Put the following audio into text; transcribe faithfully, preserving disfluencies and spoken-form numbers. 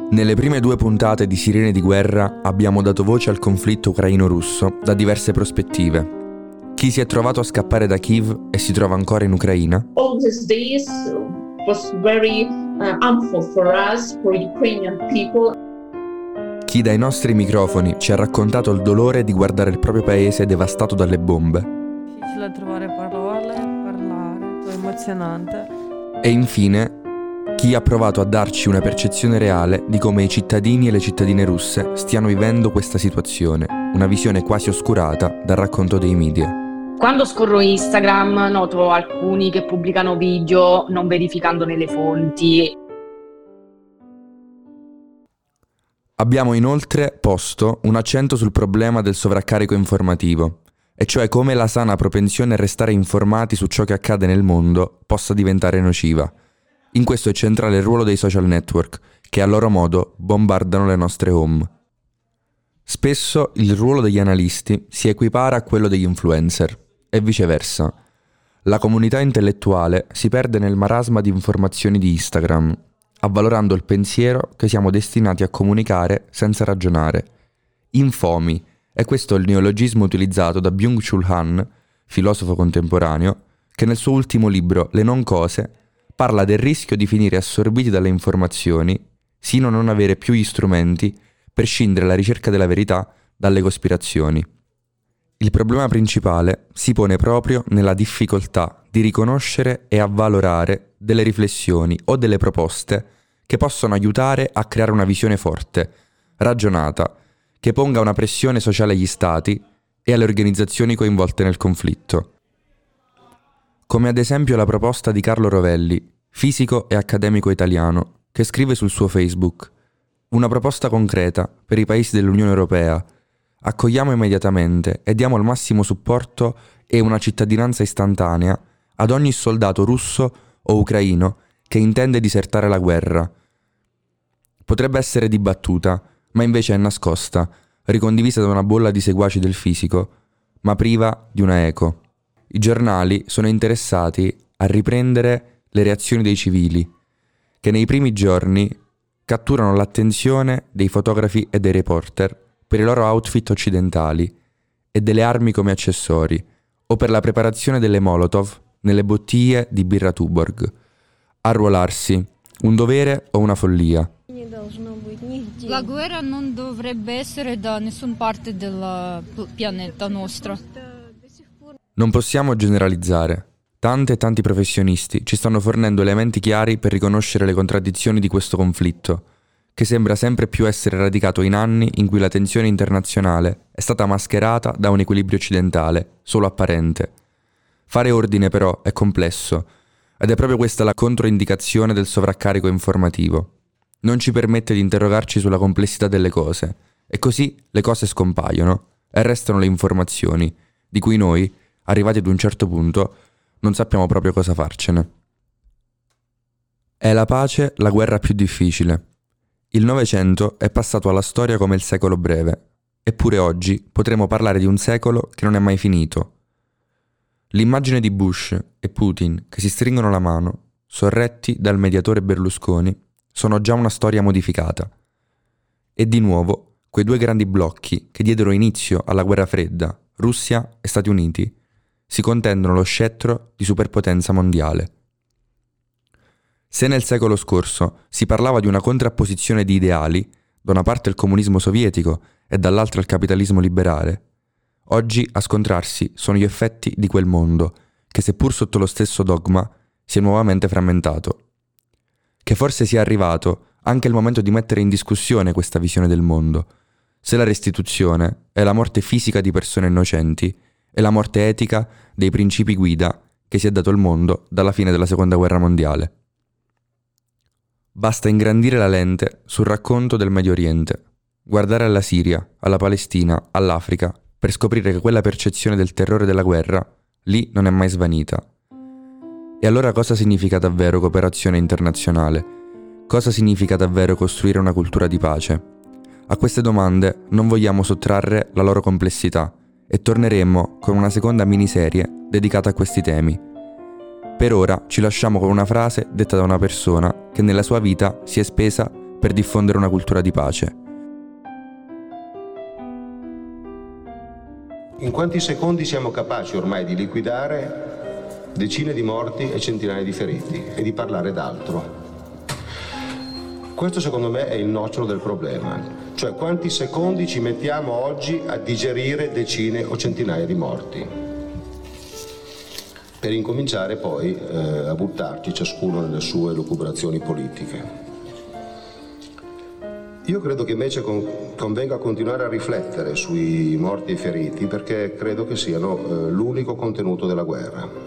Nelle prime due puntate di Sirene di guerra abbiamo dato voce al conflitto ucraino-russo da diverse prospettive. Chi si è trovato a scappare da Kiev e si trova ancora in Ucraina? All these days was very uh, harmful for us, for Ukrainian people. Chi dai nostri microfoni ci ha raccontato il dolore di guardare il proprio paese devastato dalle bombe? Difficile trovare parole, parlare, è emozionante. E infine, chi ha provato a darci una percezione reale di come i cittadini e le cittadine russe stiano vivendo questa situazione, una visione quasi oscurata dal racconto dei media. Quando scorro Instagram noto alcuni che pubblicano video non verificandone le fonti. Abbiamo inoltre posto un accento sul problema del sovraccarico informativo, e cioè come la sana propensione a restare informati su ciò che accade nel mondo possa diventare nociva. In questo è centrale il ruolo dei social network, che a loro modo bombardano le nostre home. Spesso il ruolo degli analisti si equipara a quello degli influencer, e viceversa. La comunità intellettuale si perde nel marasma di informazioni di Instagram, avvalorando il pensiero che siamo destinati a comunicare senza ragionare. Infomi, è questo il neologismo utilizzato da Byung-Chul Han, filosofo contemporaneo, che nel suo ultimo libro Le non cose parla del rischio di finire assorbiti dalle informazioni, sino a non avere più gli strumenti per scindere la ricerca della verità dalle cospirazioni. Il problema principale si pone proprio nella difficoltà di riconoscere e avvalorare delle riflessioni o delle proposte che possono aiutare a creare una visione forte, ragionata, che ponga una pressione sociale agli stati e alle organizzazioni coinvolte nel conflitto. Come ad esempio la proposta di Carlo Rovelli, fisico e accademico italiano, che scrive sul suo Facebook: una proposta concreta per i paesi dell'Unione Europea. Accogliamo immediatamente e diamo il massimo supporto e una cittadinanza istantanea ad ogni soldato russo o ucraino che intende disertare la guerra. Potrebbe essere dibattuta, ma invece è nascosta, ricondivisa da una bolla di seguaci del fisico, ma priva di una eco. I giornali sono interessati a riprendere le reazioni dei civili, che nei primi giorni catturano l'attenzione dei fotografi e dei reporter per i loro outfit occidentali e delle armi come accessori, o per la preparazione delle Molotov nelle bottiglie di birra Tuborg. Arruolarsi, un dovere o una follia? La guerra non dovrebbe essere da nessuna parte del pianeta nostro. Non possiamo generalizzare. Tante e tanti professionisti ci stanno fornendo elementi chiari per riconoscere le contraddizioni di questo conflitto, che sembra sempre più essere radicato in anni in cui la tensione internazionale è stata mascherata da un equilibrio occidentale, solo apparente. Fare ordine però è complesso, ed è proprio questa la controindicazione del sovraccarico informativo. Non ci permette di interrogarci sulla complessità delle cose, e così le cose scompaiono e restano le informazioni, di cui noi, arrivati ad un certo punto, non sappiamo proprio cosa farcene. È la pace la guerra più difficile. Il Novecento è passato alla storia come il secolo breve, eppure oggi potremo parlare di un secolo che non è mai finito. L'immagine di Bush e Putin che si stringono la mano, sorretti dal mediatore Berlusconi, sono già una storia modificata. E di nuovo, quei due grandi blocchi che diedero inizio alla guerra fredda, Russia e Stati Uniti, si contendono lo scettro di superpotenza mondiale. Se nel secolo scorso si parlava di una contrapposizione di ideali, da una parte il comunismo sovietico e dall'altra il capitalismo liberale, oggi a scontrarsi sono gli effetti di quel mondo, che seppur sotto lo stesso dogma, si è nuovamente frammentato. Che forse sia arrivato anche il momento di mettere in discussione questa visione del mondo, se la restituzione è la morte fisica di persone innocenti e la morte etica dei principi guida che si è dato il mondo dalla fine della Seconda Guerra Mondiale. Basta ingrandire la lente sul racconto del Medio Oriente, guardare alla Siria, alla Palestina, all'Africa, per scoprire che quella percezione del terrore della guerra lì non è mai svanita. E allora cosa significa davvero cooperazione internazionale? Cosa significa davvero costruire una cultura di pace? A queste domande non vogliamo sottrarre la loro complessità e torneremo con una seconda miniserie dedicata a questi temi. Per ora ci lasciamo con una frase detta da una persona che nella sua vita si è spesa per diffondere una cultura di pace. In quanti secondi siamo capaci ormai di liquidare decine di morti e centinaia di feriti e di parlare d'altro? Questo secondo me è il nocciolo del problema, cioè quanti secondi ci mettiamo oggi a digerire decine o centinaia di morti, per incominciare poi eh, a buttarci ciascuno nelle sue lucubrazioni politiche. Io credo che invece con, convenga continuare a riflettere sui morti e i feriti, perché credo che siano eh, l'unico contenuto della guerra.